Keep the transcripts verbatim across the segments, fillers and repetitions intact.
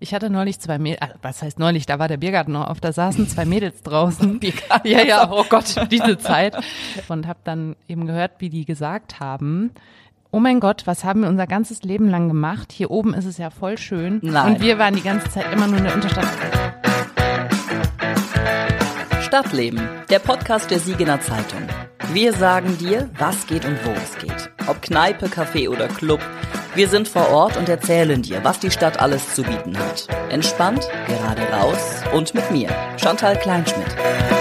ich hatte neulich zwei Mädels, was heißt neulich, da war der Biergarten noch auf, da saßen zwei Mädels draußen. Biergarten. Ja, ja, oh Gott, diese Zeit. Und habe dann eben gehört, wie die gesagt haben, oh mein Gott, was haben wir unser ganzes Leben lang gemacht? Hier oben ist es ja voll schön. Nein. Und wir waren die ganze Zeit immer nur in der Unterstadt. Stadtleben, der Podcast der Siegener Zeitung. Wir sagen dir, was geht und wo es geht. Ob Kneipe, Café oder Club. Wir sind vor Ort und erzählen dir, was die Stadt alles zu bieten hat. Entspannt, gerade raus und mit mir, Chantal Kleinschmidt.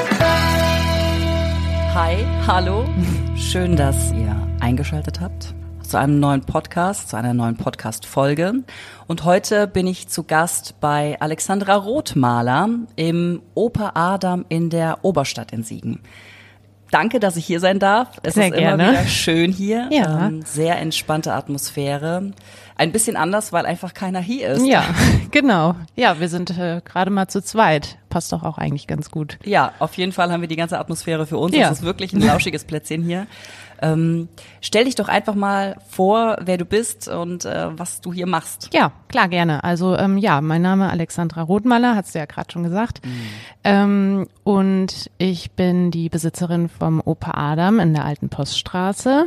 Hi, hallo. Schön, dass ihr eingeschaltet habt zu einem neuen Podcast, zu einer neuen Podcast-Folge. Und heute bin ich zu Gast bei Alexandra Rothmaler im Oper Adam in der Oberstadt in Siegen. Danke, dass ich hier sein darf. Es Sehr ist gerne. immer wieder schön hier. Ja. Ähm, sehr entspannte Atmosphäre. Ein bisschen anders, weil einfach keiner hier ist. Ja, genau. Ja, wir sind äh, gerade mal zu zweit. Passt doch auch eigentlich ganz gut. Ja, auf jeden Fall haben wir die ganze Atmosphäre für uns. Ja. Es ist wirklich ein lauschiges Plätzchen hier. Ähm, stell dich doch einfach mal vor, wer du bist und äh, was du hier machst. Ja, klar, gerne. Also ähm, ja, mein Name Alexandra Rothmaler, hast du ja gerade schon gesagt. Mhm. Ähm, und ich bin die Besitzerin vom Oper Adam in der Alten Poststraße.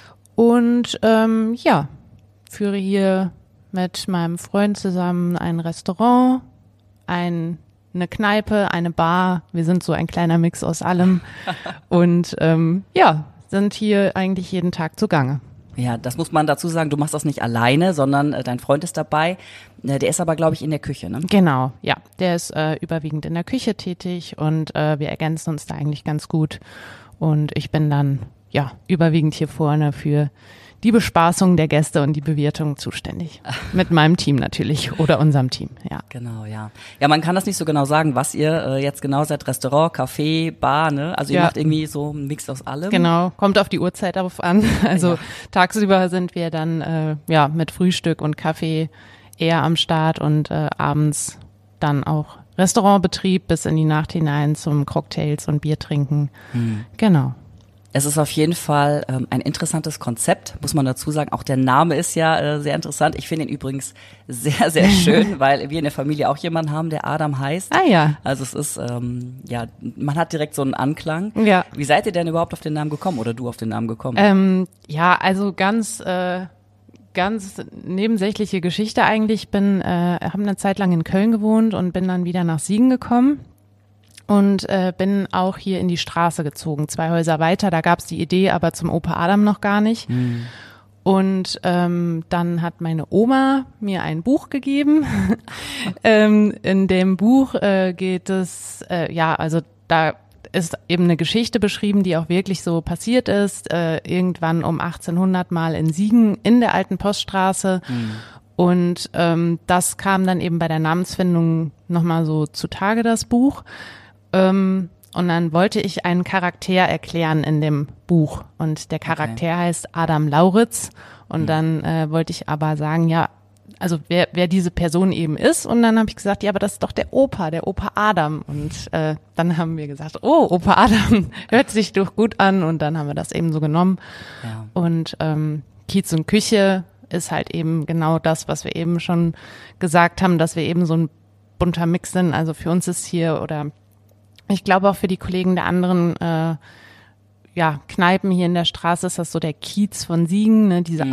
Und ähm, ja, führe hier mit meinem Freund zusammen ein Restaurant, ein, eine Kneipe, eine Bar. Wir sind so ein kleiner Mix aus allem. Und ähm, ja, sind hier eigentlich jeden Tag zugange. Ja, das muss man dazu sagen, du machst das nicht alleine, sondern äh, dein Freund ist dabei. Äh, der ist aber, glaube ich, in der Küche, ne? Genau, ja. Der ist äh, überwiegend in der Küche tätig und äh, wir ergänzen uns da eigentlich ganz gut. Und ich bin dann, ja, überwiegend hier vorne für die Bespaßung der Gäste und die Bewirtung zuständig. Mit meinem Team natürlich oder unserem Team, ja. Genau, ja. Ja, man kann das nicht so genau sagen, was ihr äh, jetzt genau seid. Restaurant, Café, Bar, ne? Also ihr Ja. macht irgendwie so einen Mix aus allem. Genau, kommt auf die Uhrzeit darauf an. Also Ja. tagsüber sind wir dann äh, ja mit Frühstück und Kaffee eher am Start und äh, abends dann auch Restaurantbetrieb bis in die Nacht hinein zum Cocktails und Bier trinken. Hm. Genau. Es ist auf jeden Fall ähm, ein interessantes Konzept, muss man dazu sagen. Auch der Name ist ja äh, sehr interessant. Ich finde ihn übrigens sehr, sehr schön, weil wir in der Familie auch jemanden haben, der Adam heißt. Ah ja. Also es ist, ähm, ja, man hat direkt so einen Anklang. Ja. Wie seid ihr denn überhaupt auf den Namen gekommen oder du auf den Namen gekommen? Ähm, ja, also ganz, äh, ganz nebensächliche Geschichte eigentlich. Ich bin, äh, habe eine Zeit lang in Köln gewohnt und bin dann wieder nach Siegen gekommen. Und äh, bin auch hier in die Straße gezogen, zwei Häuser weiter. Da gab es die Idee, aber zum Oper Adam noch gar nicht. Hm. Und ähm, dann hat meine Oma mir ein Buch gegeben. ähm, in dem Buch äh, geht es, äh, ja, also da ist eben eine Geschichte beschrieben, die auch wirklich so passiert ist. Äh, irgendwann um achtzehnhundert mal in Siegen in der Alten Poststraße. Hm. Und ähm, das kam dann eben bei der Namensfindung nochmal so zutage, das Buch. Ähm, und dann wollte ich einen Charakter erklären in dem Buch und der Charakter okay. heißt Adam Lauritz und mhm. dann äh, wollte ich aber sagen, ja, also wer wer diese Person eben ist und dann habe ich gesagt, ja, aber das ist doch der Opa, der Opa Adam und äh, dann haben wir gesagt, oh, Opa Adam, hört sich doch gut an und dann haben wir das eben so genommen ja. und ähm, Kiez und Küche ist halt eben genau das, was wir eben schon gesagt haben, dass wir eben so ein bunter Mix sind, also für uns ist hier oder ich glaube auch für die Kollegen der anderen äh, ja, Kneipen hier in der Straße ist das so der Kiez von Siegen, ne, diese mm.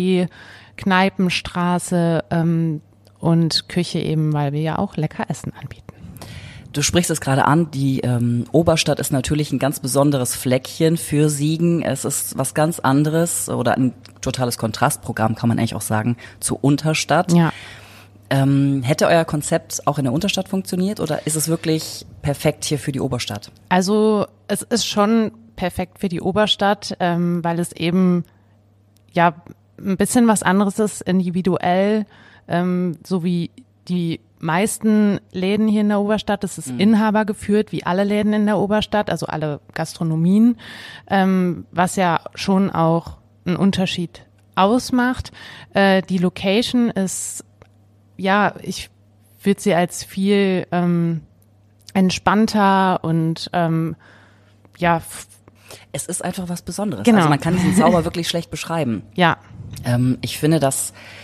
Ausgeh-Kneipenstraße ähm, und Küche eben, weil wir ja auch lecker Essen anbieten. Du sprichst es gerade an, die ähm, Oberstadt ist natürlich ein ganz besonderes Fleckchen für Siegen. Es ist was ganz anderes oder ein totales Kontrastprogramm, kann man eigentlich auch sagen, zur Unterstadt. Ja. Ähm, hätte euer Konzept auch in der Unterstadt funktioniert oder ist es wirklich perfekt hier für die Oberstadt? Also es ist schon perfekt für die Oberstadt, ähm, weil es eben ja ein bisschen was anderes ist, individuell, ähm, so wie die meisten Läden hier in der Oberstadt. Es ist mhm. Inhaber geführt, wie alle Läden in der Oberstadt, also alle Gastronomien, ähm, was ja schon auch einen Unterschied ausmacht. Äh, die Location ist ja, ich würde sie als viel ähm, entspannter und ähm, ja. Es ist einfach was Besonderes. Genau. Also man kann diesen Zauber wirklich schlecht beschreiben. Ja. Ähm, ich finde, dass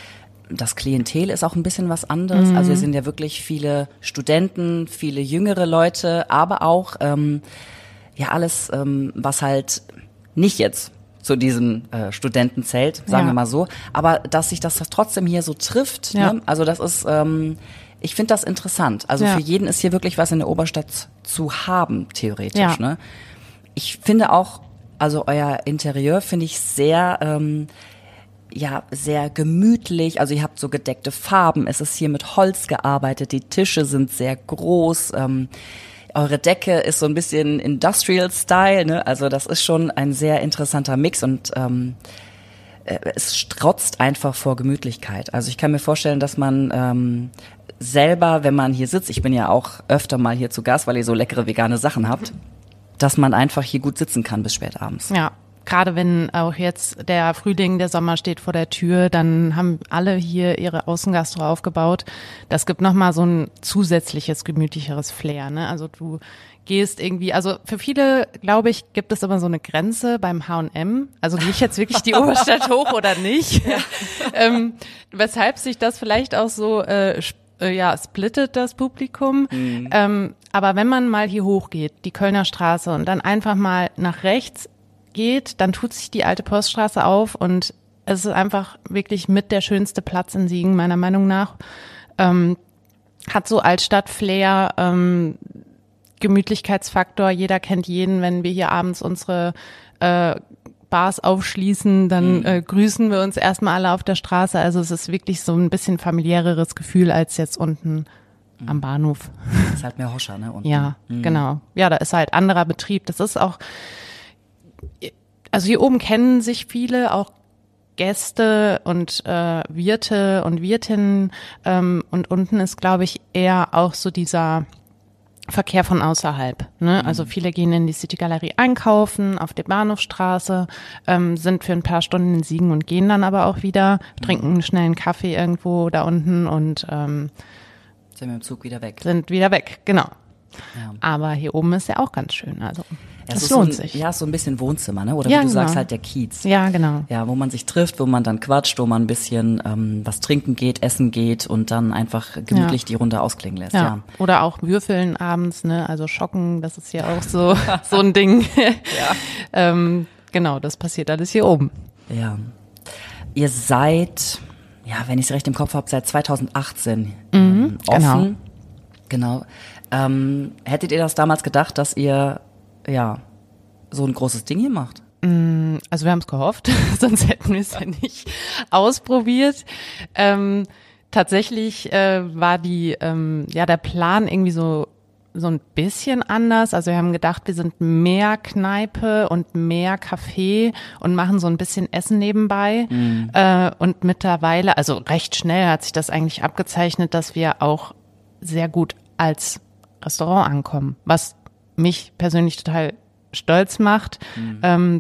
das Klientel ist auch ein bisschen was anderes. Mhm. Also wir sind ja wirklich viele Studenten, viele jüngere Leute, aber auch ähm, ja alles, ähm, was halt nicht jetzt zu diesem äh, Studenten zählt, sagen ja. wir mal so. Aber dass sich das trotzdem hier so trifft, ja. ne? Also das ist, ähm, ich finde das interessant. Also ja. für jeden ist hier wirklich was in der Oberstadt zu haben, theoretisch. Ja. Ne? Ich finde auch, also euer Interieur finde ich sehr... Ähm, ja, sehr gemütlich, also ihr habt so gedeckte Farben, es ist hier mit Holz gearbeitet, die Tische sind sehr groß, ähm, eure Decke ist so ein bisschen Industrial-Style, ne? Also das ist schon ein sehr interessanter Mix und ähm, es strotzt einfach vor Gemütlichkeit. Also ich kann mir vorstellen, dass man ähm, selber, wenn man hier sitzt, ich bin ja auch öfter mal hier zu Gast, weil ihr so leckere vegane Sachen habt, dass man einfach hier gut sitzen kann bis spät abends. Ja. Gerade wenn auch jetzt der Frühling, der Sommer steht vor der Tür, dann haben alle hier ihre Außengastro aufgebaut. Das gibt nochmal so ein zusätzliches, gemütlicheres Flair, ne? Also du gehst irgendwie, also für viele, glaube ich, gibt es immer so eine Grenze beim H und M. Also gehe ich jetzt wirklich die Oberstadt hoch oder nicht? Ja. ähm, weshalb sich das vielleicht auch so äh, ja, splittet das Publikum. Mhm. Ähm, aber wenn man mal hier hochgeht, die Kölner Straße und dann einfach mal nach rechts geht, dann tut sich die alte Poststraße auf und es ist einfach wirklich mit der schönste Platz in Siegen, meiner Meinung nach. Ähm, hat so Altstadt-Flair, ähm, Gemütlichkeitsfaktor, jeder kennt jeden, wenn wir hier abends unsere äh, Bars aufschließen, dann mhm. äh, grüßen wir uns erstmal alle auf der Straße. Also es ist wirklich so ein bisschen familiäreres Gefühl als jetzt unten mhm. am Bahnhof. Das ist halt mehr Hoscher, ne? Unten. Ja, mhm. genau. Ja, da ist halt anderer Betrieb. Das ist auch Also hier oben kennen sich viele, auch Gäste und äh, Wirte und Wirtinnen. Ähm, und unten ist, glaube ich, eher auch so dieser Verkehr von außerhalb. Ne? Mhm. Also viele gehen in die City-Galerie einkaufen, auf der Bahnhofstraße, ähm, sind für ein paar Stunden in Siegen und gehen dann aber auch wieder, mhm. trinken einen schnellen Kaffee irgendwo da unten und ähm, sind mit dem Zug wieder weg. Sind wieder weg, genau. Ja. Aber hier oben ist ja auch ganz schön, also ja, das so lohnt ein, sich. Ja, so ein bisschen Wohnzimmer, ne? Oder ja, wie du genau. sagst, halt der Kiez. Ja, genau. Ja, wo man sich trifft, wo man dann quatscht, wo man ein bisschen ähm, was trinken geht, essen geht und dann einfach gemütlich ja. die Runde ausklingen lässt. Ja. ja. Oder auch würfeln abends, ne? Also schocken, das ist ja auch so so ein Ding. ja. ähm, genau, das passiert alles hier oben. Ja. Ihr seid, ja, wenn ich es recht im Kopf habe, seit zweitausendachtzehn mhm, ähm, offen. Genau. Genau. Ähm, hättet ihr das damals gedacht, dass ihr ja so ein großes Ding hier macht? Also wir haben es gehofft, sonst hätten wir es ja nicht ausprobiert. Ähm, tatsächlich äh, war die ähm, ja der Plan irgendwie so so ein bisschen anders. Also wir haben gedacht, wir sind mehr Kneipe und mehr Café und machen so ein bisschen Essen nebenbei. Mhm. Äh, und mittlerweile, also recht schnell hat sich das eigentlich abgezeichnet, dass wir auch sehr gut als Restaurant ankommen, was mich persönlich total stolz macht, mhm. ähm,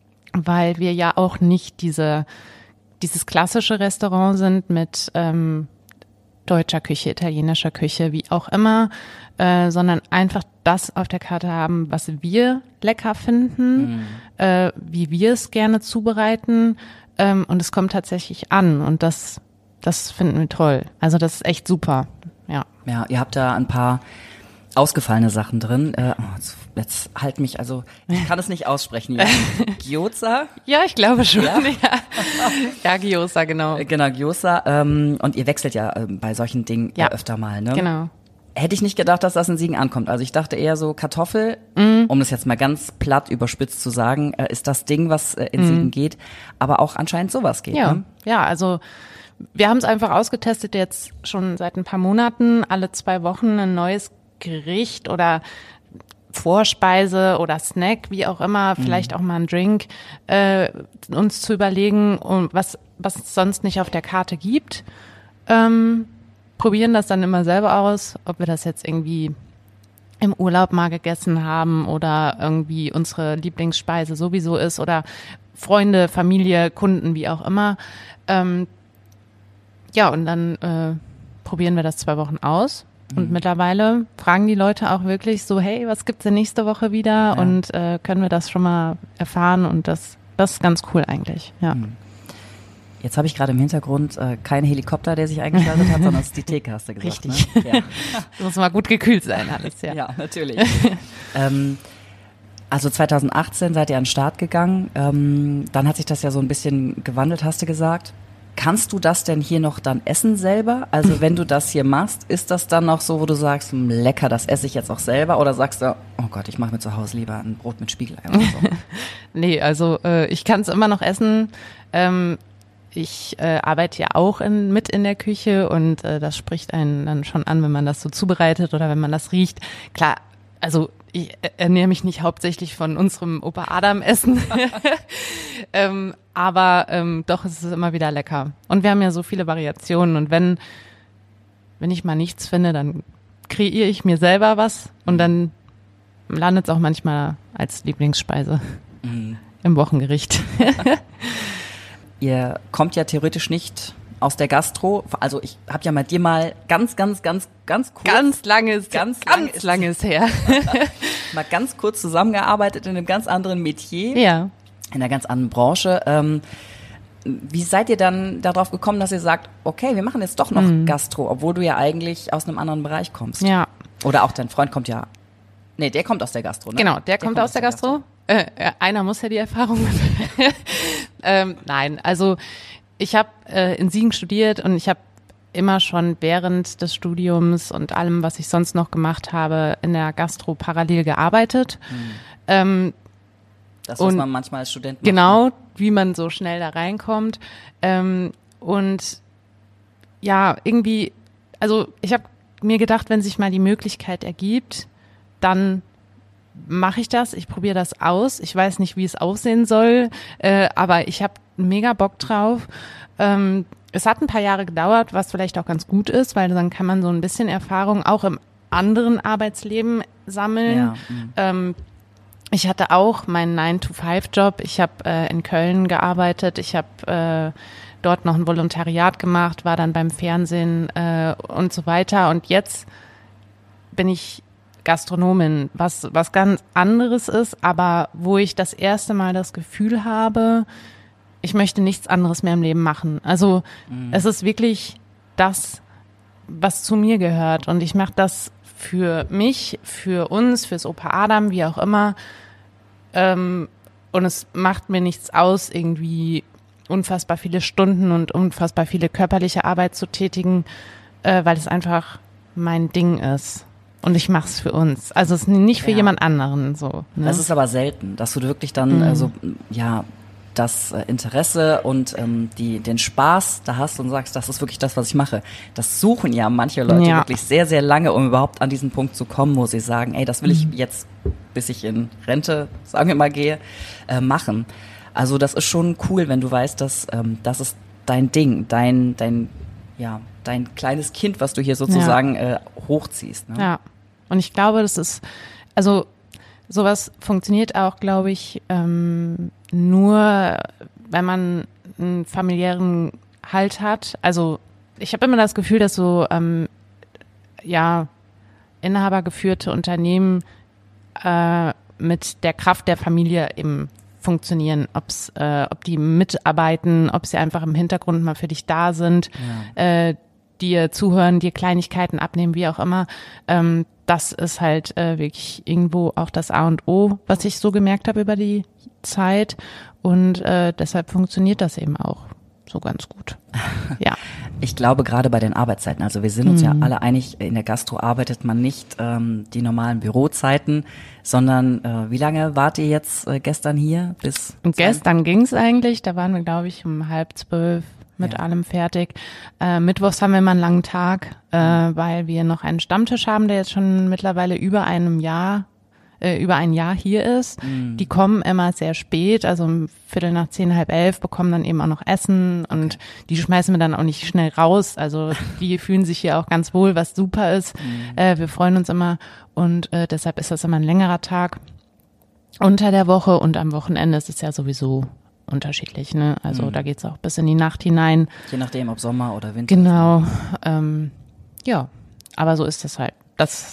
weil wir ja auch nicht diese dieses klassische Restaurant sind mit ähm, deutscher Küche, italienischer Küche, wie auch immer, äh, sondern einfach das auf der Karte haben, was wir lecker finden, mhm. äh, wie wir es gerne zubereiten, ähm, und es kommt tatsächlich an und das das finden wir toll. Also das ist echt super. Ja. Ja, ihr habt da ein paar ausgefallene Sachen drin. Äh, oh, jetzt, jetzt halt mich, also ich kann es nicht aussprechen. Ja. Gyoza? Ja, ich glaube schon. Ja, ja. ja Gyoza, genau. Genau, Gyoza. Ähm, und ihr wechselt ja äh, bei solchen Dingen ja. öfter mal, ne? Genau. Hätte ich nicht gedacht, dass das in Siegen ankommt. Also ich dachte eher so Kartoffel, mm. um das jetzt mal ganz platt überspitzt zu sagen, äh, ist das Ding, was äh, in mm. Siegen geht. Aber auch anscheinend sowas geht. Ja, ne? ja, also wir haben es einfach ausgetestet jetzt schon seit ein paar Monaten, alle zwei Wochen ein neues Gericht oder Vorspeise oder Snack, wie auch immer, vielleicht mhm. auch mal ein Drink, äh, uns zu überlegen, um was was es sonst nicht auf der Karte gibt. Ähm, probieren das dann immer selber aus, ob wir das jetzt irgendwie im Urlaub mal gegessen haben oder irgendwie unsere Lieblingsspeise sowieso ist oder Freunde, Familie, Kunden, wie auch immer. Ähm, ja, und dann äh, probieren wir das zwei Wochen aus. Und mhm. mittlerweile fragen die Leute auch wirklich so, hey, was gibt's denn nächste Woche wieder? Ja. Und äh, können wir das schon mal erfahren? Und das, das ist ganz cool eigentlich, ja. Mhm. Jetzt habe ich gerade im Hintergrund äh, kein Helikopter, der sich eingeschaltet hat, sondern es ist die Theke, hast du gesagt. Richtig. Ne? Ja. Das muss mal gut gekühlt sein alles, ja. Ja, natürlich. ähm, also zwanzig achtzehn seid ihr an den Start gegangen. Ähm, dann hat sich das ja so ein bisschen gewandelt, hast du gesagt. Kannst du das denn hier noch dann essen selber? Also wenn du das hier machst, ist das dann noch so, wo du sagst, hm, lecker, das esse ich jetzt auch selber? Oder sagst du, oh Gott, ich mache mir zu Hause lieber ein Brot mit Spiegelei oder so? Nee, also äh, ich kann es immer noch essen. Ähm, ich äh, arbeite ja auch in, mit in der Küche und äh, das spricht einen dann schon an, wenn man das so zubereitet oder wenn man das riecht. Klar, also ich ernähre mich nicht hauptsächlich von unserem Opa Adam Essen, ähm, aber ähm, doch ist es immer wieder lecker. Und wir haben ja so viele Variationen und wenn wenn ich mal nichts finde, dann kreiere ich mir selber was und dann landet es auch manchmal als Lieblingsspeise mhm. im Wochengericht. Ihr kommt ja theoretisch nicht aus der Gastro, also ich habe ja mit dir mal ganz, ganz, ganz, ganz kurz. Ganz lange ist, ganz, ganz lang lange ist her. mal ganz kurz zusammengearbeitet in einem ganz anderen Metier. Ja. In einer ganz anderen Branche. Ähm, wie seid ihr dann darauf gekommen, dass ihr sagt, okay, wir machen jetzt doch noch mhm. Gastro, obwohl du ja eigentlich aus einem anderen Bereich kommst? Ja. Oder auch dein Freund kommt ja, nee, der kommt aus der Gastro, ne? Genau, der, der kommt, kommt aus der Gastro. Gastro. Äh, einer muss ja die Erfahrung machen. ähm, nein, also ich habe äh, in Siegen studiert und ich habe immer schon während des Studiums und allem, was ich sonst noch gemacht habe, in der Gastro parallel gearbeitet. Hm. Ähm, das, was man manchmal als Student macht. Genau, wie man so schnell da reinkommt. Ähm, und ja, irgendwie, also ich habe mir gedacht, wenn sich mal die Möglichkeit ergibt, dann mache ich das, ich probiere das aus. Ich weiß nicht, wie es aussehen soll, äh, aber ich habe mega Bock drauf. Ähm, es hat ein paar Jahre gedauert, was vielleicht auch ganz gut ist, weil dann kann man so ein bisschen Erfahrung auch im anderen Arbeitsleben sammeln. Ja. Ähm, ich hatte auch meinen nine to five Job. Ich habe äh, in Köln gearbeitet. Ich habe äh, dort noch ein Volontariat gemacht, war dann beim Fernsehen äh, und so weiter. Und jetzt bin ich Gastronomin, was was ganz anderes ist, aber wo ich das erste Mal das Gefühl habe, ich möchte nichts anderes mehr im Leben machen. Also mhm. es ist wirklich das, was zu mir gehört und ich mache das für mich, für uns, fürs Opa Adam, wie auch immer. Ähm, und es macht mir nichts aus, irgendwie unfassbar viele Stunden und unfassbar viele körperliche Arbeit zu tätigen, äh, weil es einfach mein Ding ist. Und ich mache es für uns. Also es ist nicht für ja. jemand anderen so. Ne? Das ist aber selten, dass du wirklich dann, mhm. also ja, das Interesse und ähm, die den Spaß da hast und sagst, das ist wirklich das, was ich mache. Das suchen ja manche Leute ja. wirklich sehr, sehr lange, um überhaupt an diesen Punkt zu kommen, wo sie sagen, ey, das will ich jetzt, bis ich in Rente, sagen wir mal, gehe, äh, machen. Also das ist schon cool, wenn du weißt, dass ähm, das ist dein Ding, dein, dein, ja, dein kleines Kind, was du hier sozusagen ja. äh, hochziehst. Ne? Ja, und ich glaube, das ist, also sowas funktioniert auch, glaube ich, ähm, nur, wenn man einen familiären Halt hat. Also ich habe immer das Gefühl, dass so ähm, ja inhabergeführte Unternehmen äh, mit der Kraft der Familie eben funktionieren, ob's, äh, ob die mitarbeiten, ob sie einfach im Hintergrund mal für dich da sind, ja. äh, dir zuhören, dir Kleinigkeiten abnehmen, wie auch immer. Ähm, das ist halt äh, wirklich irgendwo auch das A und O, was ich so gemerkt habe über die Zeit und äh, deshalb funktioniert das eben auch so ganz gut. Ja. Ich glaube gerade bei den Arbeitszeiten, also wir sind uns mhm. ja alle einig, in der Gastro arbeitet man nicht ähm, die normalen Bürozeiten, sondern äh, wie lange wart ihr jetzt äh, gestern hier? Bis und gestern ging's eigentlich, da waren wir glaube ich um halb zwölf mit ja. allem fertig. Äh, Mittwochs haben wir immer einen langen Tag, äh, weil wir noch einen Stammtisch haben, der jetzt schon mittlerweile über einem Jahr äh, über ein Jahr hier ist. Mhm. Die kommen immer sehr spät, also um Viertel nach zehn, halb elf, bekommen dann eben auch noch Essen und okay. die schmeißen wir dann auch nicht schnell raus. Also die fühlen sich hier auch ganz wohl, was super ist. Mhm. Äh, wir freuen uns immer und äh, deshalb ist das immer ein längerer Tag unter der Woche und am Wochenende ist es ja sowieso unterschiedlich, ne? Also mhm. da geht's auch bis in die Nacht hinein. Je nachdem, ob Sommer oder Winter. Genau. Ähm, ja, aber so ist das halt. Das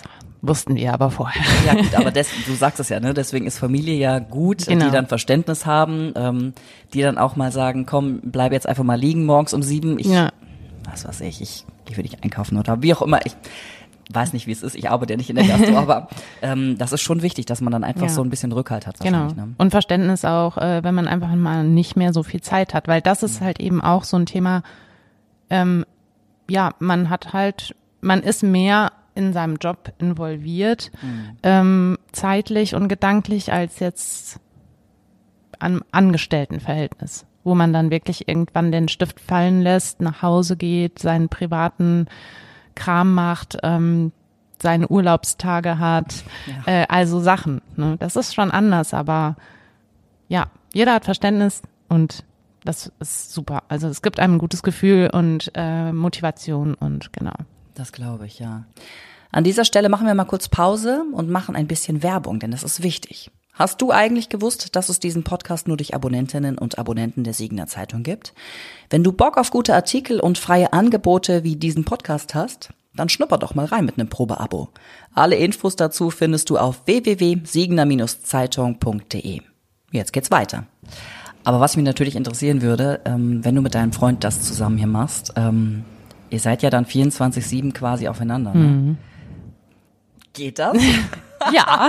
Wussten wir aber vorher. Ja gut, aber des, du sagst es ja, ne? Deswegen ist Familie ja gut, Genau. die dann Verständnis haben, ähm, die dann auch mal sagen, komm, bleib jetzt einfach mal liegen morgens um sieben. Ich, Ja. was weiß ich, ich gehe für dich einkaufen oder wie auch immer. Ich weiß nicht, wie es ist. Ich arbeite ja nicht in der Gastro, aber ähm, das ist schon wichtig, dass man dann einfach Ja. so ein bisschen Rückhalt hat. Genau. wahrscheinlich, Ne? Und Verständnis auch, äh, wenn man einfach mal nicht mehr so viel Zeit hat, weil das ist halt eben auch so ein Thema, ähm, ja, man hat halt, man ist mehr in seinem Job involviert, Mhm. ähm, zeitlich und gedanklich als jetzt am Angestelltenverhältnis, wo man dann wirklich irgendwann den Stift fallen lässt, nach Hause geht, seinen privaten Kram macht, ähm, seine Urlaubstage hat, Ja. äh, also Sachen. Ne? Das ist schon anders, aber ja, jeder hat Verständnis und das ist super. Also es gibt einem ein gutes Gefühl und äh, Motivation und genau. Das glaube ich, ja. An dieser Stelle machen wir mal kurz Pause und machen ein bisschen Werbung, denn das ist wichtig. Hast du eigentlich gewusst, dass es diesen Podcast nur durch Abonnentinnen und Abonnenten der Siegener Zeitung gibt? Wenn du Bock auf gute Artikel und freie Angebote wie diesen Podcast hast, dann schnupper doch mal rein mit einem Probeabo. Alle Infos dazu findest du auf w w w punkt siegener Zeitung punkt de. Jetzt geht's weiter. Aber was mich natürlich interessieren würde, ähm, wenn du mit deinem Freund das zusammen hier machst, ähm, ihr seid ja dann vierundzwanzig sieben quasi aufeinander, ne? Mhm. Geht das? Ja,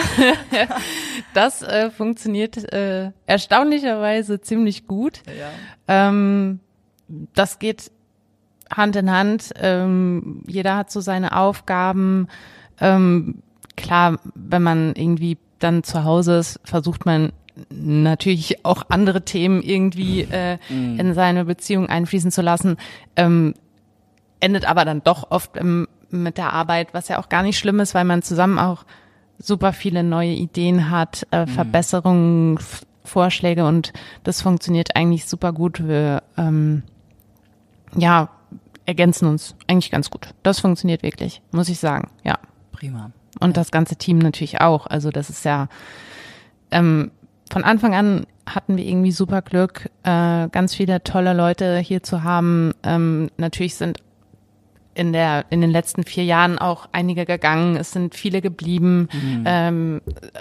das äh, funktioniert äh, erstaunlicherweise ziemlich gut. Ja. Ähm, das geht Hand in Hand. Ähm, jeder hat so seine Aufgaben. Ähm, klar, wenn man irgendwie dann zu Hause ist, versucht man natürlich auch andere Themen irgendwie äh, Mhm. in seine Beziehung einfließen zu lassen. Ähm, endet aber dann doch oft im, mit der Arbeit, was ja auch gar nicht schlimm ist, weil man zusammen auch super viele neue Ideen hat, äh, Verbesserungen, F- Vorschläge und das funktioniert eigentlich super gut. Wir ähm, ja, ergänzen uns eigentlich ganz gut. Das funktioniert wirklich, muss ich sagen, ja. Prima. Und das ganze Team natürlich auch. Also das ist ja, ähm, von Anfang an hatten wir irgendwie super Glück, äh, ganz viele tolle Leute hier zu haben. Ähm, natürlich sind in der in den letzten vier Jahren auch einige gegangen. Es sind viele geblieben. Mhm. Ähm,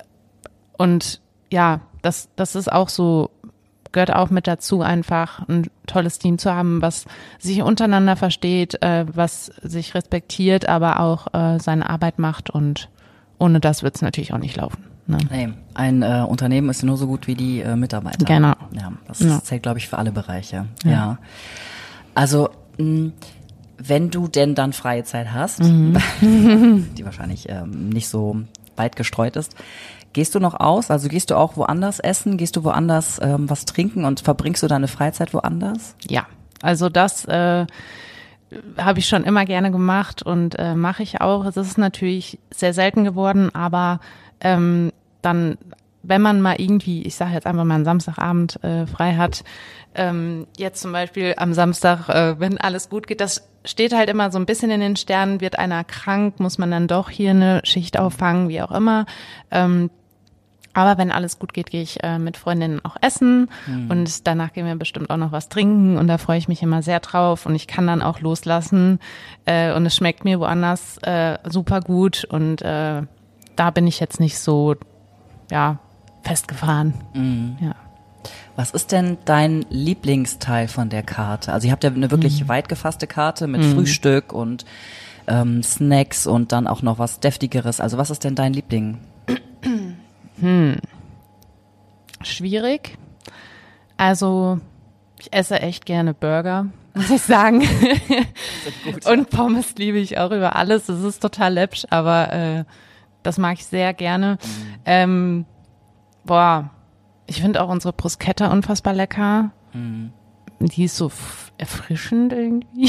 und ja, das das ist auch so, gehört auch mit dazu, einfach ein tolles Team zu haben, was sich untereinander versteht, äh, was sich respektiert, aber auch äh, seine Arbeit macht. Und ohne das wird es natürlich auch nicht laufen. Ne? Nee, ein äh, Unternehmen ist nur so gut wie die äh, Mitarbeiter. Genau. Ja, das Ja. zählt, glaube ich, für alle Bereiche. Ja. Ja. Also, mh, wenn du denn dann freie Zeit hast, Mhm. die wahrscheinlich ähm, nicht so weit gestreut ist, gehst du noch aus? Also gehst du auch woanders essen? Gehst du woanders ähm, was trinken und verbringst du deine Freizeit woanders? Ja, also das äh, habe ich schon immer gerne gemacht und äh, mache ich auch. Es ist natürlich sehr selten geworden, aber ähm, dann, wenn man mal irgendwie, ich sage jetzt einfach mal einen Samstagabend äh, frei hat, ähm, jetzt zum Beispiel am Samstag, äh, wenn alles gut geht, das steht halt immer so ein bisschen in den Sternen, wird einer krank, muss man dann doch hier eine Schicht auffangen, wie auch immer. Ähm, Aber wenn alles gut geht, gehe ich äh, mit Freundinnen auch essen Mhm. und danach gehen wir bestimmt auch noch was trinken und da freue ich mich immer sehr drauf und ich kann dann auch loslassen äh, und es schmeckt mir woanders äh, super gut und äh, da bin ich jetzt nicht so, ja, festgefahren. Mhm. Ja. Was ist denn dein Lieblingsteil von der Karte? Also ihr habt ja eine wirklich Mhm. weit gefasste Karte mit Frühstück und ähm, Snacks und dann auch noch was Deftigeres. Also was ist denn dein Liebling? Hm. Schwierig. Also ich esse echt gerne Burger, muss ich sagen. Gut, Und Pommes liebe ich auch über alles. Das ist total läppsch, aber äh, das mag ich sehr gerne. Ähm, boah, ich finde auch unsere Bruschetta unfassbar lecker. Mhm. Die ist so f- erfrischend irgendwie.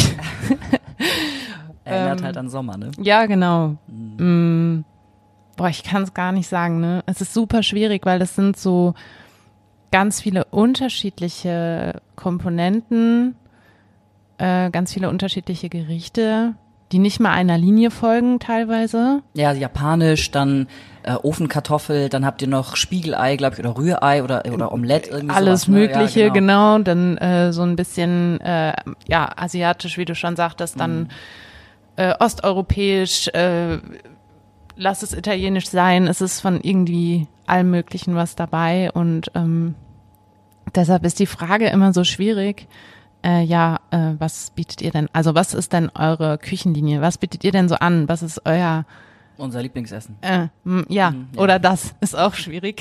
Erinnert Ähm, halt an Sommer, ne? Ja, genau. Mm, boah, ich kann es gar nicht sagen, ne? Es ist super schwierig, weil das sind so ganz viele unterschiedliche Komponenten, äh, ganz viele unterschiedliche Gerichte, die nicht mal einer Linie folgen teilweise. Ja, japanisch, dann äh, Ofenkartoffel, dann habt ihr noch Spiegelei, glaube ich, oder Rührei oder oder Omelette irgendwie Alles sowas, ne? Mögliche, Ja, genau. Dann äh, so ein bisschen, äh, ja, asiatisch, wie du schon sagtest, dann äh, osteuropäisch, äh, lass es italienisch sein, es ist von irgendwie allem Möglichen was dabei und ähm, deshalb ist die Frage immer so schwierig. Äh, ja, äh, was bietet ihr denn, also was ist denn eure Küchenlinie? Was bietet ihr denn so an? Was ist euer... Unser Lieblingsessen. Äh, m, ja, Mhm, ja, oder das ist auch schwierig,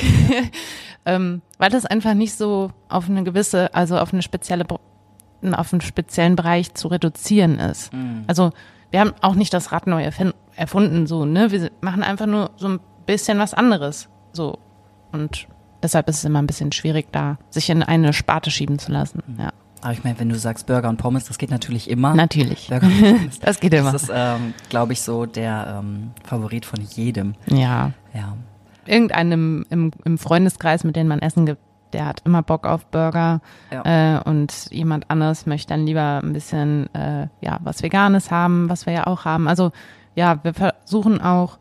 ähm, weil das einfach nicht so auf eine gewisse, also auf eine spezielle, auf einen speziellen Bereich zu reduzieren ist. Mhm. Also wir haben auch nicht das Rad neu erfin- erfunden, so, ne? Wir machen einfach nur so ein bisschen was anderes, so. Und deshalb ist es immer ein bisschen schwierig, da sich in eine Sparte schieben zu lassen, Mhm. ja. Aber ich meine, wenn du sagst Burger und Pommes, das geht natürlich immer. Natürlich. Burger und Pommes. Das geht immer. Das ist, ähm, glaube ich, so der ähm, Favorit von jedem. Ja. Ja. Irgendeinem im, im Freundeskreis, mit dem man essen gibt, der hat immer Bock auf Burger Ja. äh, und jemand anderes möchte dann lieber ein bisschen äh, ja was Veganes haben, was wir ja auch haben. Also ja, wir versuchen auch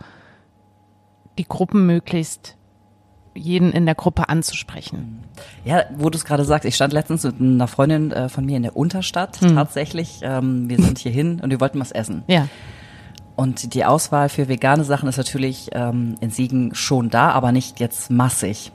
die Gruppen möglichst jeden in der Gruppe anzusprechen. Ja, wo du es gerade sagst, ich stand letztens mit einer Freundin äh, von mir in der Unterstadt Hm. tatsächlich. Ähm, wir sind hierhin und wir wollten was essen. Ja, Und die Auswahl für vegane Sachen ist natürlich ähm, in Siegen schon da, aber nicht jetzt massig.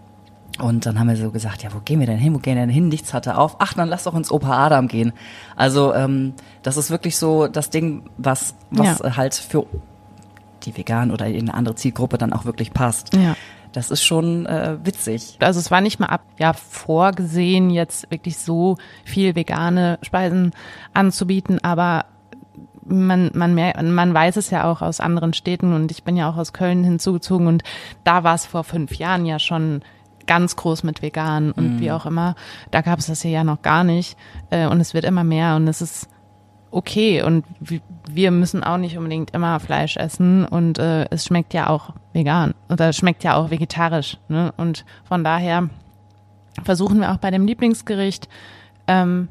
Und dann haben wir so gesagt, ja, wo gehen wir denn hin, wo gehen wir denn hin? Nichts hatte auf. Ach, dann lass doch ins Opa Adam gehen. Also ähm, das ist wirklich so das Ding, was, was Ja. halt für die Veganen oder in eine andere Zielgruppe dann auch wirklich passt. ja. Das ist schon äh, witzig. Also es war nicht mal ab, ja, vorgesehen, jetzt wirklich so viel vegane Speisen anzubieten, aber man, man, mer- man weiß es ja auch aus anderen Städten und ich bin ja auch aus Köln hinzugezogen und da war es vor fünf Jahren ja schon ganz groß mit vegan und wie auch immer. Da gab es das hier ja noch gar nicht äh, und es wird immer mehr und es ist okay und w- wir müssen auch nicht unbedingt immer Fleisch essen und äh, es schmeckt ja auch vegan oder es schmeckt ja auch vegetarisch, ne? Und von daher versuchen wir auch bei dem Lieblingsgericht ähm,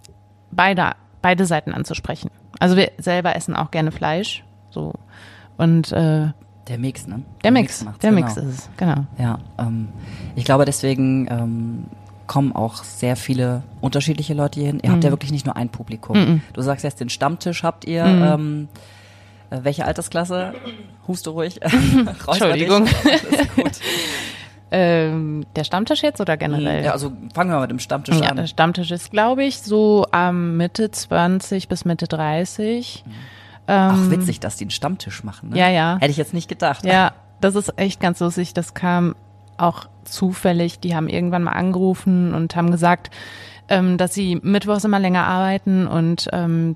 beide beide Seiten anzusprechen. Also wir selber essen auch gerne Fleisch, so und äh, Der Mix, ne? der Mix, macht's, der genau. Mix ist es, genau. Ja, ähm, ich glaube deswegen ähm, kommen auch sehr viele unterschiedliche Leute hier hin. Ihr habt ja wirklich nicht nur ein Publikum. Mhm. Du sagst jetzt, den Stammtisch habt ihr. Mhm. Ähm, äh, welche Altersklasse? Huste ruhig. Räusper Entschuldigung. dich. Alles gut. Ähm, der Stammtisch jetzt oder generell? Ja, also fangen wir mal mit dem Stammtisch Ja, an. der Stammtisch ist, glaube ich, so am Mitte zwanzig bis Mitte dreißig. Ach, Ähm, witzig, dass die einen Stammtisch machen. Ne? Ja, ja. Hätte ich jetzt nicht gedacht. Ja, das ist echt ganz lustig. Das kam auch zufällig. Die haben irgendwann mal angerufen und haben gesagt, ähm, dass sie mittwochs immer länger arbeiten und ähm,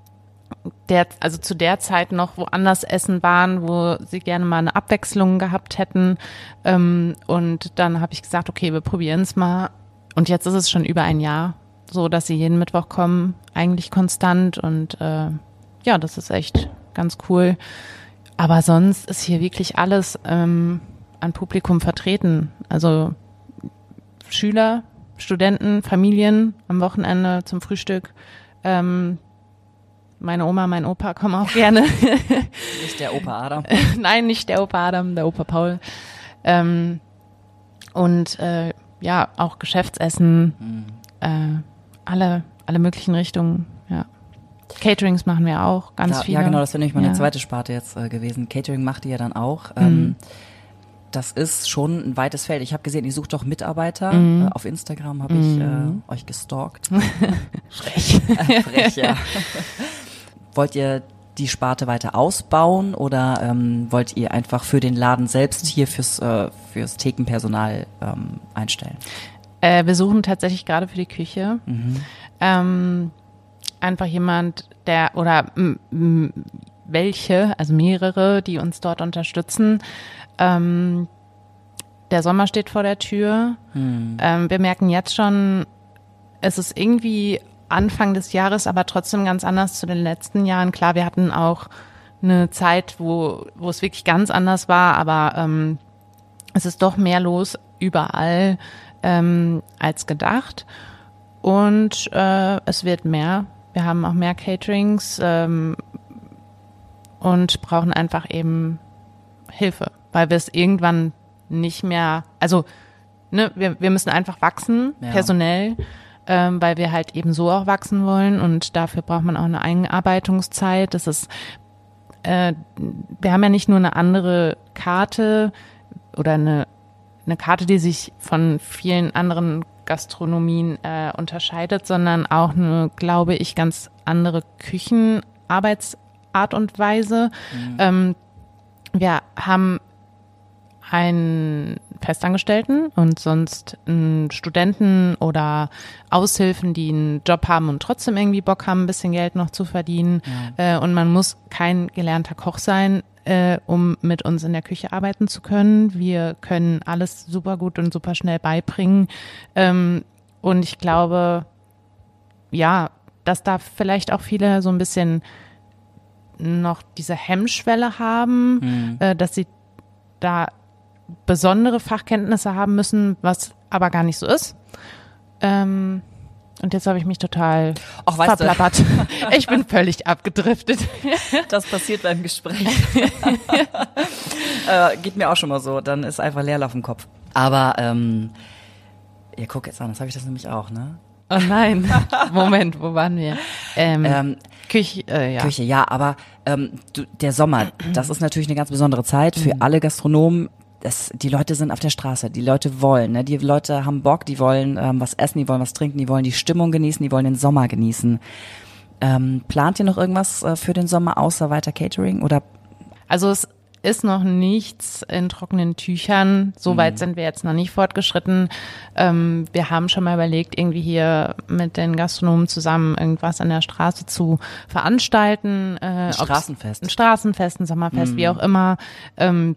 der, also zu der Zeit noch woanders essen waren, wo sie gerne mal eine Abwechslung gehabt hätten. Ähm, und dann habe ich gesagt, okay, wir probieren es mal. Und jetzt ist es schon über ein Jahr so, dass sie jeden Mittwoch kommen, eigentlich konstant. Und äh, ja, das ist echt ganz cool. Aber sonst ist hier wirklich alles ähm, an Publikum vertreten. Also Schüler, Studenten, Familien am Wochenende zum Frühstück. Ähm, meine Oma, mein Opa kommen auch gerne. Nicht der Opa Adam. Nein, nicht der Opa Adam, der Opa Paul. Ähm, und äh, ja, auch Geschäftsessen, Mhm. äh, alle, alle möglichen Richtungen, ja. Caterings machen wir auch, ganz ja, viele. Ja, genau, das wäre nämlich meine Ja. zweite Sparte jetzt äh, gewesen. Catering macht ihr ja dann auch. Ähm, das ist schon ein weites Feld. Ich habe gesehen, ihr sucht doch Mitarbeiter. Mhm. Äh, auf Instagram habe ich äh, euch gestalkt. Frech. Äh, Frech, ja. Wollt ihr die Sparte weiter ausbauen oder ähm, wollt ihr einfach für den Laden selbst hier fürs, äh, fürs Thekenpersonal ähm, einstellen? Äh, wir suchen tatsächlich gerade für die Küche Mhm. ähm, einfach jemand, der oder m, m, welche, also mehrere, die uns dort unterstützen. Ähm, der Sommer steht vor der Tür. Hm. Ähm, wir merken jetzt schon, es ist irgendwie Anfang des Jahres, aber trotzdem ganz anders zu den letzten Jahren. Klar, wir hatten auch eine Zeit, wo, wo es wirklich ganz anders war, aber ähm, es ist doch mehr los überall ähm, als gedacht. Und äh, es wird mehr. Wir haben auch mehr Caterings ähm, und brauchen einfach eben Hilfe, weil wir es irgendwann nicht mehr, also ne, wir, wir müssen einfach wachsen, Ja. personell, ähm, weil wir halt eben so auch wachsen wollen und dafür braucht man auch eine Einarbeitungszeit. Das ist äh, wir haben ja nicht nur eine andere Karte oder eine, eine Karte, die sich von vielen anderen Gastronomien äh, unterscheidet, sondern auch eine, glaube ich, ganz andere Küchenarbeitsart und Weise. Mhm. Ähm, wir haben einen Festangestellten und sonst einen Studenten oder Aushilfen, die einen Job haben und trotzdem irgendwie Bock haben, ein bisschen Geld noch zu verdienen. Ja. Äh, und man muss kein gelernter Koch sein, äh, um mit uns in der Küche arbeiten zu können. Wir können alles super gut und super schnell beibringen. Ähm, und ich glaube, ja, dass da vielleicht auch viele so ein bisschen noch diese Hemmschwelle haben, mhm. äh, dass sie da besondere Fachkenntnisse haben müssen, was aber gar nicht so ist. Ähm, und jetzt habe ich mich total Ach, verplappert. Du? Ich bin völlig abgedriftet. Das passiert beim Gespräch. äh, geht mir auch schon mal so. Dann ist einfach Leerlauf im Kopf. Aber, ähm, ja, guck jetzt an, das habe ich das nämlich auch, ne? Oh nein. Moment, wo waren wir? Ähm, ähm, Küche, äh, ja. Küche, ja, aber ähm, du, der Sommer, das ist natürlich eine ganz besondere Zeit für alle Gastronomen. Das, die Leute sind auf der Straße, die Leute wollen, ne? Die Leute haben Bock, die wollen ähm, was essen, die wollen was trinken, die wollen die Stimmung genießen, die wollen den Sommer genießen. Ähm, plant ihr noch irgendwas äh, für den Sommer außer weiter Catering oder? Also es ist noch nichts in trockenen Tüchern. So weit mhm. sind wir jetzt noch nicht fortgeschritten. Ähm, wir haben schon mal überlegt, irgendwie hier mit den Gastronomen zusammen irgendwas an der Straße zu veranstalten. Äh, ein Straßenfest. Ein Straßenfest, ein Sommerfest, mhm. wie auch immer. Ähm,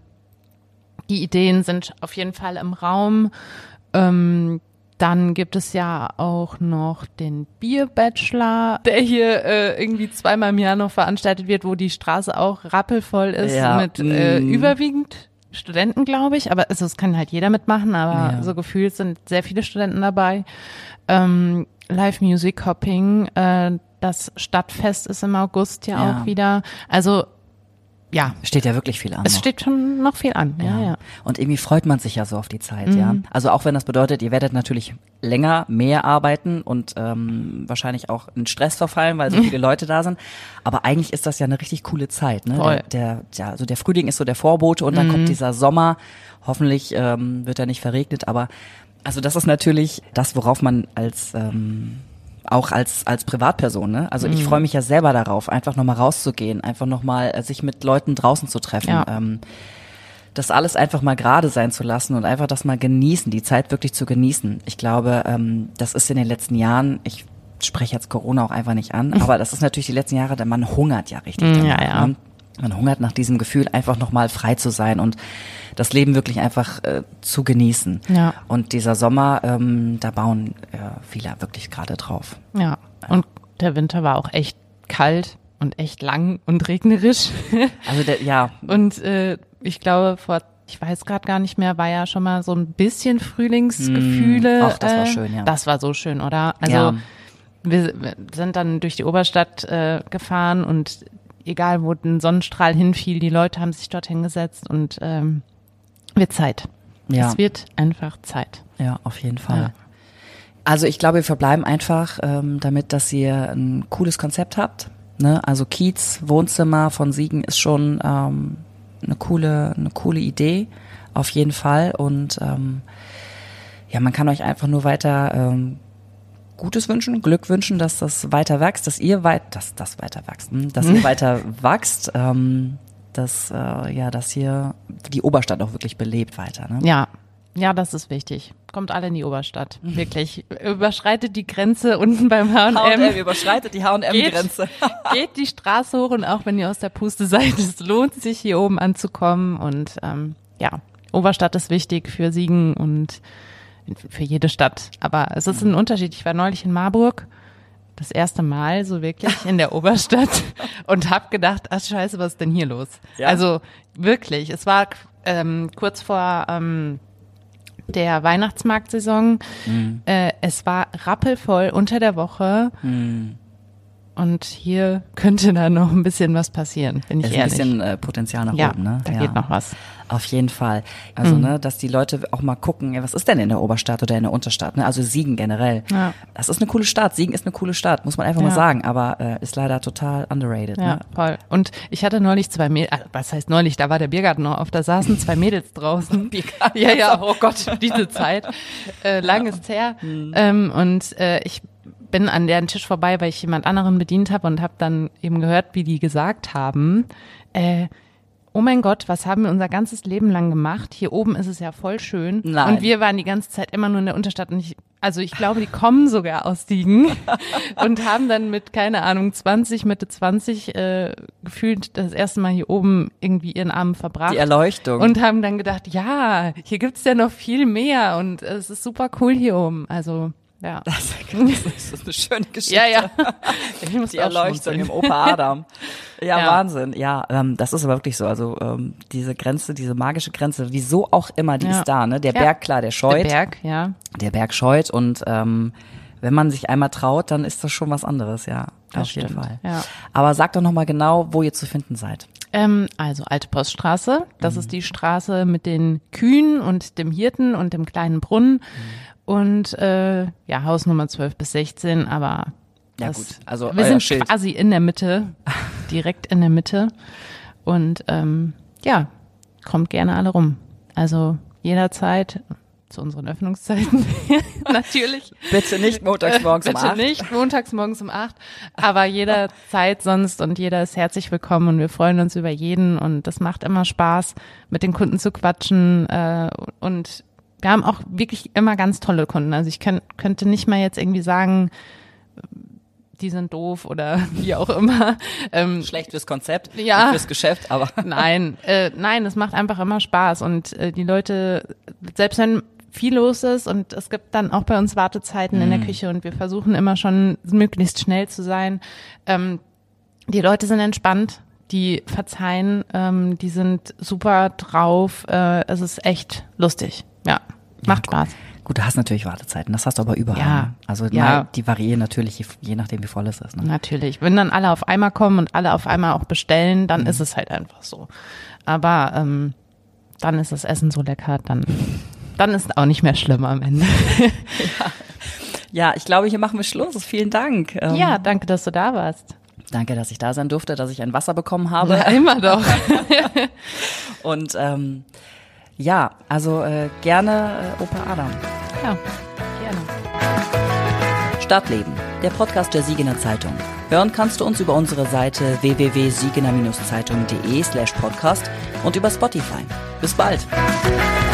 die Ideen sind auf jeden Fall im Raum. Ähm, Dann gibt es ja auch noch den Bierbachelor, der hier äh, irgendwie zweimal im Jahr noch veranstaltet wird, wo die Straße auch rappelvoll ist ja. mit äh, mm. überwiegend Studenten, glaube ich. Aber also es kann halt jeder mitmachen, aber ja. so gefühlt sind sehr viele Studenten dabei. Ähm, Live Music Hopping, äh, das Stadtfest ist im August ja, ja. auch wieder. Also ja. Steht ja wirklich viel an. Es noch. steht schon noch viel an, ja, ja, ja. Und irgendwie freut man sich ja so auf die Zeit, mhm. ja. Also auch wenn das bedeutet, ihr werdet natürlich länger, mehr arbeiten und ähm, wahrscheinlich auch in Stress verfallen, weil so viele Leute da sind. Aber eigentlich ist das ja eine richtig coole Zeit, ne? Voll. Der, der, ja, also der Frühling ist so der Vorbote und dann mhm. kommt dieser Sommer. Hoffentlich ähm, wird er nicht verregnet, aber also das ist natürlich das, worauf man als ähm, auch als als Privatperson, ne? Also ich freue mich ja selber darauf, einfach nochmal rauszugehen, einfach nochmal äh, sich mit Leuten draußen zu treffen, ja. ähm, das alles einfach mal gerade sein zu lassen und einfach das mal genießen, die Zeit wirklich zu genießen. Ich glaube, ähm, das ist in den letzten Jahren, ich spreche jetzt Corona auch einfach nicht an, aber das ist natürlich die letzten Jahre, man hungert ja richtig danach, ja, ja. Ne? Man hungert nach diesem Gefühl, einfach nochmal frei zu sein und das Leben wirklich einfach äh, zu genießen. Ja. Und dieser Sommer, ähm, da bauen äh, viele wirklich gerade drauf. Ja. ja, und der Winter war auch echt kalt und echt lang und regnerisch. Also der, ja. Und äh, ich glaube, vor, ich weiß gerade gar nicht mehr, war ja schon mal so ein bisschen Frühlingsgefühle. Ach, das war äh, schön, ja. Das war so schön, oder? Also ja. wir sind dann durch die Oberstadt äh, gefahren und egal, wo ein Sonnenstrahl hinfiel, die Leute haben sich dort hingesetzt und ähm, wird Zeit. Ja. Es wird einfach Zeit. Ja, auf jeden Fall. Ja. Also ich glaube, wir verbleiben einfach ähm, damit, dass ihr ein cooles Konzept habt. Ne? Also Kiez, Wohnzimmer von Siegen ist schon ähm, eine coole, eine coole Idee, auf jeden Fall. Und ähm, ja, man kann euch einfach nur weiter ähm, Gutes wünschen, Glück wünschen, dass das weiter wächst, dass ihr weit, dass das weiter wächst, dass ihr weiter wachst, ähm, dass äh, ja, dass hier die Oberstadt auch wirklich belebt weiter. Ne? Ja, ja, das ist wichtig. Kommt alle in die Oberstadt, wirklich. Überschreitet die Grenze unten beim H und M. H und M überschreitet die H und M-Grenze. Geht, geht die Straße hoch und auch wenn ihr aus der Puste seid, es lohnt sich hier oben anzukommen und ähm, ja, Oberstadt ist wichtig für Siegen und für jede Stadt. Aber es ist ein Unterschied. Ich war neulich in Marburg, das erste Mal so wirklich in der Oberstadt und habe gedacht, ach scheiße, was ist denn hier los? Ja. Also wirklich, es war ähm, kurz vor ähm, der Weihnachtsmarktsaison. Mhm. Äh, es war rappelvoll unter der Woche. Mhm. und hier könnte da noch ein bisschen was passieren, bin ich ist ehrlich. Ein bisschen äh, Potenzial nach ja, oben, ne? da ja, geht noch was. Auf jeden Fall. Also, mhm. ne, dass die Leute auch mal gucken, ja, was ist denn in der Oberstadt oder in der Unterstadt, ne? Also Siegen generell. Ja. Das ist eine coole Stadt. Siegen ist eine coole Stadt, muss man einfach ja. mal sagen, aber äh, ist leider total underrated. Ja, ne? voll. Und ich hatte neulich zwei Mädels, was heißt neulich, da war der Biergarten noch auf, da saßen zwei Mädels draußen. Biergarten. Ja, ja, oh Gott, diese Zeit. Äh, lang ist her. Mhm. Ähm, und äh, ich bin an deren Tisch vorbei, weil ich jemand anderen bedient habe und habe dann eben gehört, wie die gesagt haben, äh, oh mein Gott, was haben wir unser ganzes Leben lang gemacht? Hier oben ist es ja voll schön. Nein. Und wir waren die ganze Zeit immer nur in der Unterstadt. Und ich, also ich glaube, die kommen sogar aus Siegen und haben dann mit, keine Ahnung, zwanzig, Mitte zwanzig äh, gefühlt das erste Mal hier oben irgendwie ihren Abend verbracht. Die Erleuchtung. Und haben dann gedacht, ja, hier gibt's ja noch viel mehr und es ist super cool hier oben. Also ja. Das, das ist eine schöne Geschichte. Ja, ja. Ich muss die Erleuchtung im Opa Adam. Ja, ja. Wahnsinn. Ja, ähm, das ist aber wirklich so. Also ähm, diese Grenze, diese magische Grenze, wieso auch immer, die ja. ist da. Ne? Der ja. Berg, klar, der scheut. Der Berg, ja. Der Berg scheut und ähm, wenn man sich einmal traut, dann ist das schon was anderes, ja. Das auf jeden stimmt. Fall. Ja. Aber sag doch nochmal genau, wo ihr zu finden seid. Ähm, also Alte Poststraße, das mhm. ist die Straße mit den Kühen und dem Hirten und dem kleinen Brunnen. Mhm. Und äh, ja, Hausnummer zwölf bis sechzehn, aber ja, das, gut. Also wir euer sind Schild. quasi in der Mitte, direkt in der Mitte. Und ähm, ja, kommt gerne alle rum. Also jederzeit zu unseren Öffnungszeiten natürlich. Bitte nicht montags morgens um acht. Bitte nicht montags morgens um acht, aber jederzeit sonst und jeder ist herzlich willkommen und wir freuen uns über jeden und das macht immer Spaß, mit den Kunden zu quatschen äh, und wir haben auch wirklich immer ganz tolle Kunden. Also ich könnt, könnte nicht mal jetzt irgendwie sagen, die sind doof oder wie auch immer. Ähm, Schlecht fürs Konzept, ja, nicht fürs Geschäft, aber nein, äh, nein, es macht einfach immer Spaß und äh, die Leute, selbst wenn viel los ist und es gibt dann auch bei uns Wartezeiten mm. in der Küche und wir versuchen immer schon möglichst schnell zu sein. Ähm, die Leute sind entspannt, die verzeihen, ähm, die sind super drauf. Äh, es ist echt lustig, ja, macht ja, Spaß. Gut, du hast natürlich Wartezeiten, das hast du aber überall. Ja, also ja. Mal, die variieren natürlich, je, je nachdem wie voll es ist. Ne? Natürlich, wenn dann alle auf einmal kommen und alle auf einmal auch bestellen, dann mhm. ist es halt einfach so. Aber ähm, dann ist das Essen so lecker, dann, dann ist es auch nicht mehr schlimm am Ende. ja. ja, ich glaube, hier machen wir Schluss. Vielen Dank. Ähm, ja, danke, dass du da warst. Danke, dass ich da sein durfte, dass ich ein Wasser bekommen habe. Ja, immer doch. Und ähm, ja, also äh, gerne äh, Opa Adam. Ja, gerne. Stadtleben, der Podcast der Siegener Zeitung. Hören kannst du uns über unsere Seite w w w punkt siegener Zeitung punkt de slash podcast und über Spotify. Bis bald.